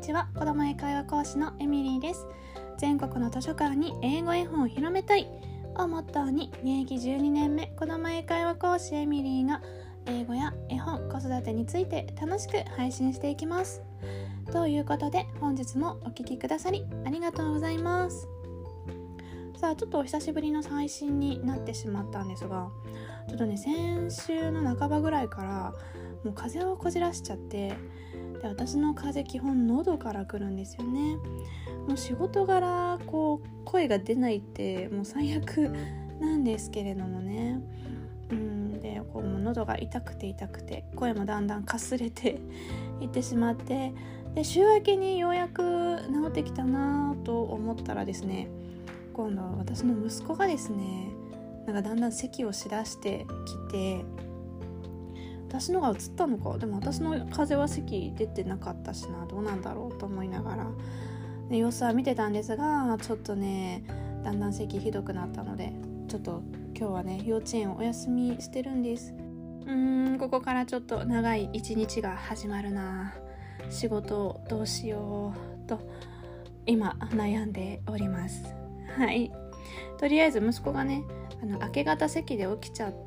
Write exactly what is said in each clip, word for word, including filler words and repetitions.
ちは。子ども英会話講師のエミリーです。全国の図書館に英語絵本を広めたいをモットーに、現役じゅうにねんめ子ども英会話講師エミリーが英語や絵本、子育てについて楽しく配信していきます。ということで、本日もお聞きくださりありがとうございます。さあ、ちょっとお久しぶりの配信になってしまったんですが、ちょっとね、先週の半ばぐらいからもう風邪をこじらしちゃって、で私の風邪基本喉から来るんですよね。もう仕事柄こう声が出ないってもう最悪なんですけれどもね、うんでこうもう喉が痛くて痛くて声もだんだんかすれていってしまって、で週明けにようやく治ってきたなと思ったらですね、今度私の息子がですね、なんかだんだん咳をしだしてきて、私のが移ったのか、でも私の風邪は咳出てなかったしな、どうなんだろうと思いながら、ね、様子は見てたんですが、ちょっとねだんだん咳ひどくなったので、ちょっと今日はね幼稚園をお休みしてるんです。うーんここからちょっと長い一日が始まるな、仕事どうしようと今悩んでおります。はい、とりあえず息子がねあの明け方咳で起きちゃって、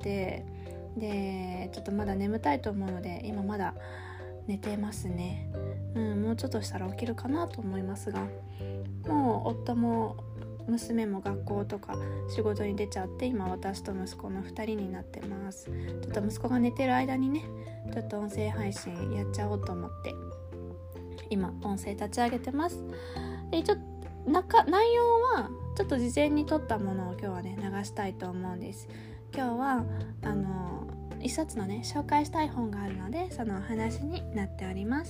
でちょっとまだ眠たいと思うので今まだ寝てますね。うん、もうちょっとしたら起きるかなと思いますが、もう夫も娘も学校とか仕事に出ちゃって、今私と息子のふたりになってます。ちょっと息子が寝てる間にね、ちょっと音声配信やっちゃおうと思って今音声立ち上げてます。でちょっと中内容はちょっと事前に撮ったものを今日はね流したいと思うんです。今日はあの一冊のね紹介したい本があるので、そのお話になっております。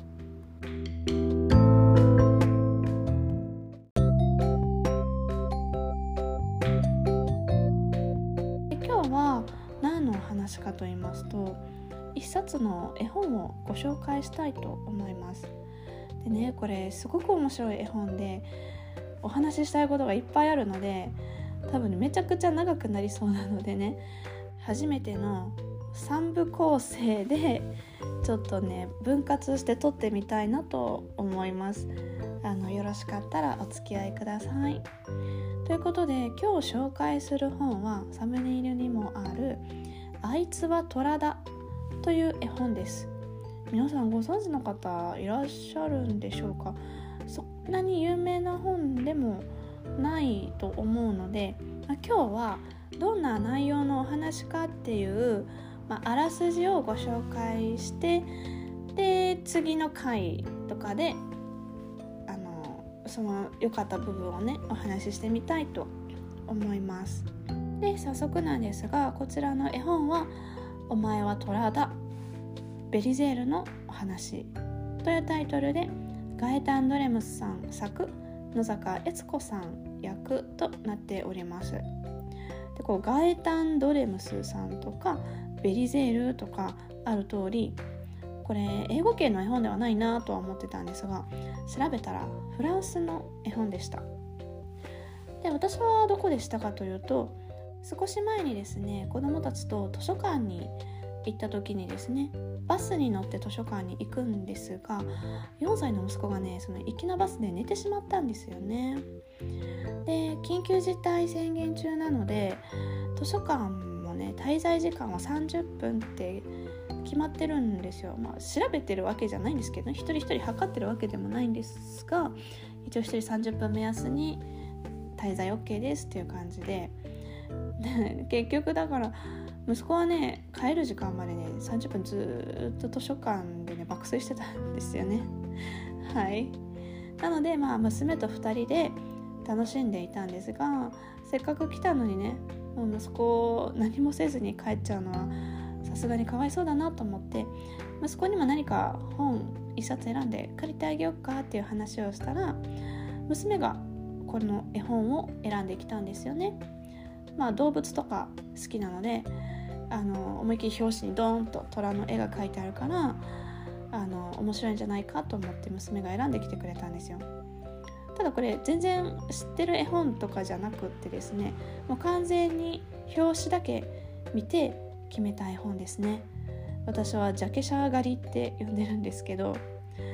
で今日は何のお話かと言いますと、一冊の絵本をご紹介したいと思います。でね、これすごく面白い絵本で、お話ししたいことがいっぱいあるので、多分ねめちゃくちゃ長くなりそうなのでね、初めてのさんぶ構成でちょっとね分割して撮ってみたいなと思います。あのよろしかったらお付き合いください。ということで、今日紹介する本はサムネイルにもあるあいつは虎だという絵本です。皆さんご存知の方いらっしゃるんでしょうか。そんなに有名な本でもないと思うので、まあ、今日はどんな内容のお話かっていう、まあ、あらすじをご紹介して、で次の回とかであのその良かった部分をねお話ししてみたいと思います。で早速なんですが、こちらの絵本はお前は虎だ、ベリゼールのお話というタイトルで、ガエタン・ドレムスさん作、野坂悦子さん役となっております。でこうガエタン・ドレムスさんとかベリゼールとかある通り、これ英語系の絵本ではないなとは思ってたんですが、調べたらフランスの絵本でした。で私はどこでしたかというと、少し前にですね子どもたちと図書館に行った時にですね、バスに乗って図書館に行くんですが、よんさいの息子がねその行きのバスで寝てしまったんですよね。で緊急事態宣言中なので、図書館もね滞在時間はさんじゅっぷんって決まってるんですよ。まあ調べてるわけじゃないんですけど、ね、一人一人測ってるわけでもないんですが、一応一人さんじゅっぷん目安に滞在 OK ですっていう感じで、結局だから息子はね帰る時間までねさんじゅっぷんずっと図書館でね爆睡してたんですよね。はい。なのでまあ娘とふたりで楽しんでいたんですが、せっかく来たのにねもう息子何もせずに帰っちゃうのはさすがにかわいそうだなと思って、息子にも何か本一冊選んで借りてあげようかっていう話をしたら、娘がこの絵本を選んできたんですよね。まあ動物とか好きなので、あの思いっきり表紙にドーンと虎の絵が描いてあるから、あの面白いんじゃないかと思って娘が選んできてくれたんですよ。ただこれ全然知ってる絵本とかじゃなくってですね、もう完全に表紙だけ見て決めた絵本ですね。私はジャケ写狩りって呼んでるんですけど、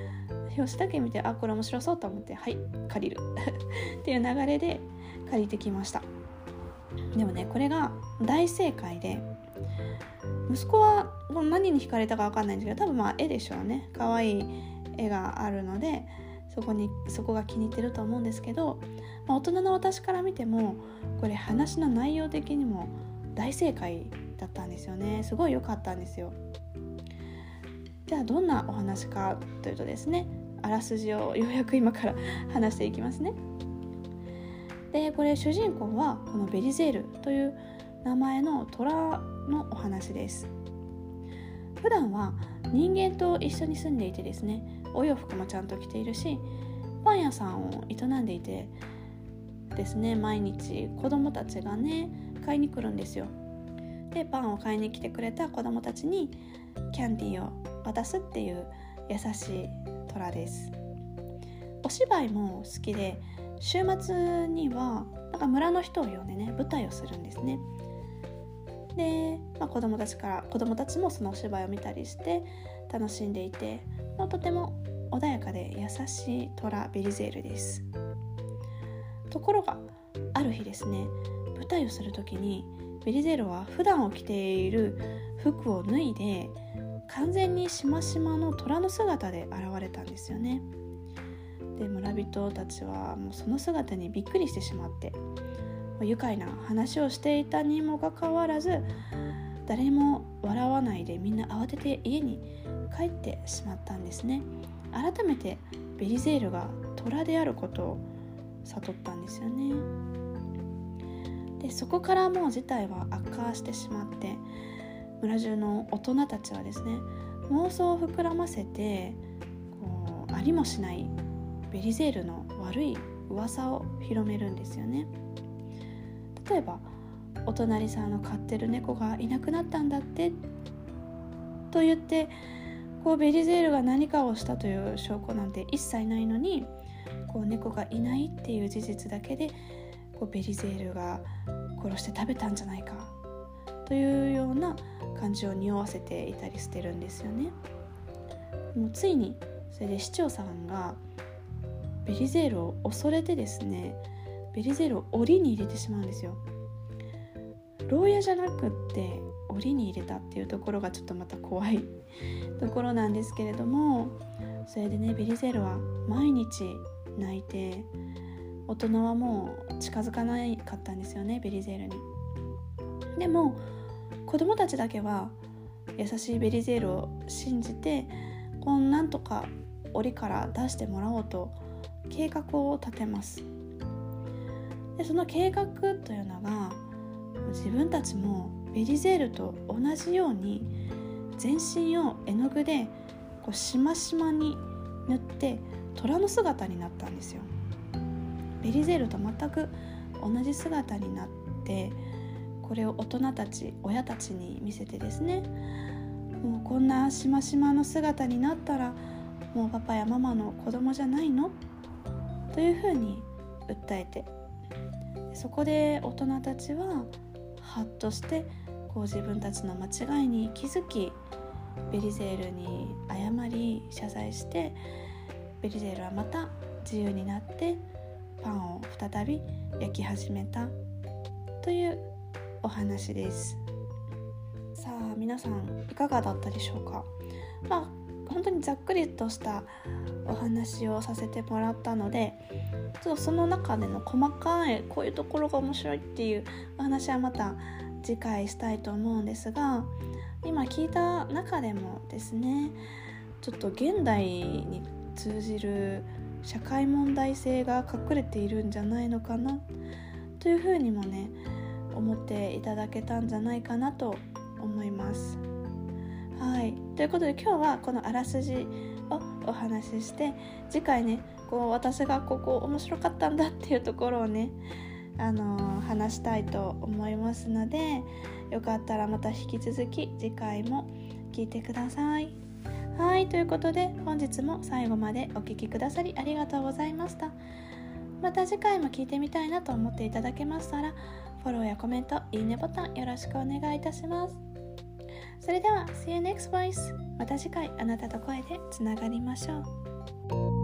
表紙だけ見て、あこれ面白そうと思って、はい借りるっていう流れで借りてきました。でもねこれが大正解で、息子は何に惹かれたか分かんないんですけど、多分まあ絵でしょうね。可愛い絵があるのでそこにそこが気に入ってると思うんですけど、まあ、大人の私から見てもこれ話の内容的にも大正解だったんですよね。すごい良かったんですよ。じゃあどんなお話かというとですね、あらすじをようやく今から話していきますね。でこれ主人公はこのベリゼールという名前の虎のお話です。普段は人間と一緒に住んでいてですね、お洋服もちゃんと着ているし、パン屋さんを営んでいてですね、毎日子供たちがね買いに来るんですよ。でパンを買いに来てくれた子供たちにキャンディーを渡すっていう優しい虎です。お芝居も好きで、週末にはなんか村の人を呼んでね舞台をするんですね。で、まあ、子供たちから子供たちもそのお芝居を見たりして楽しんでいて、まあ、とても穏やかで優しい虎ベリゼールです。ところがある日ですね、舞台をするときにベリゼールは普段を着ている服を脱いで完全にしましまの虎の姿で現れたんですよね。で村人たちはもうその姿にびっくりしてしまって、愉快な話をしていたにもかかわらず誰も笑わないで、みんな慌てて家に帰ってしまったんですね。改めてベリゼールが虎であることを悟ったんですよね。でそこからもう事態は悪化してしまって、村中の大人たちはですね妄想を膨らませてこうありもしないベリゼールの悪い噂を広めるんですよね。例えばお隣さんの飼ってる猫がいなくなったんだってと言って、こうベリゼールが何かをしたという証拠なんて一切ないのに、こう猫がいないっていう事実だけでこうベリゼールが殺して食べたんじゃないかというような感じを匂わせていたりしてるんですよね。もうついにそれで市長さんがベリゼールを恐れてですね、ベリゼールを檻に入れてしまうんですよ。牢屋じゃなくって檻に入れたっていうところがちょっとまた怖いところなんですけれども、それでねベリゼールは毎日泣いて、大人はもう近づかなかったんですよねベリゼールに。でも子供たちだけは優しいベリゼールを信じて、こうなんとか檻から出してもらおうと計画を立てます。でその計画というのが、自分たちもベリゼールと同じように全身を絵の具でこうしましまに塗って虎の姿になったんですよ。ベリゼールと全く同じ姿になって、これを大人たち親たちに見せてですね、もうこんなしましまの姿になったらもうパパやママの子供じゃないのというふうに訴えて、そこで大人たちはハッとしてこう自分たちの間違いに気づき、ベリゼールに謝り謝罪して、ベリゼールはまた自由になってパンを再び焼き始めたというお話です。さあ皆さんいかがだったでしょうか。まあ本当にざっくりとしたお話をさせてもらったので、ちょっとその中での細かいこういうところが面白いっていうお話はまた次回したいと思うんですが、今聞いた中でもですね、ちょっと現代に通じる社会問題性が隠れているんじゃないのかなというふうにもね思っていただけたんじゃないかなと思います。はい、ということで今日はこのあらすじをお話しして、次回ねこう私がここ面白かったんだっていうところをね、あのー、話したいと思いますので、よかったらまた引き続き次回も聞いてください。はい、ということで本日も最後までお聞きくださりありがとうございました。また次回も聞いてみたいなと思っていただけましたら、フォローやコメント、いいねボタンよろしくお願いいたします。 それでは See you next voice。 また次回あなたと声でつながりましょう。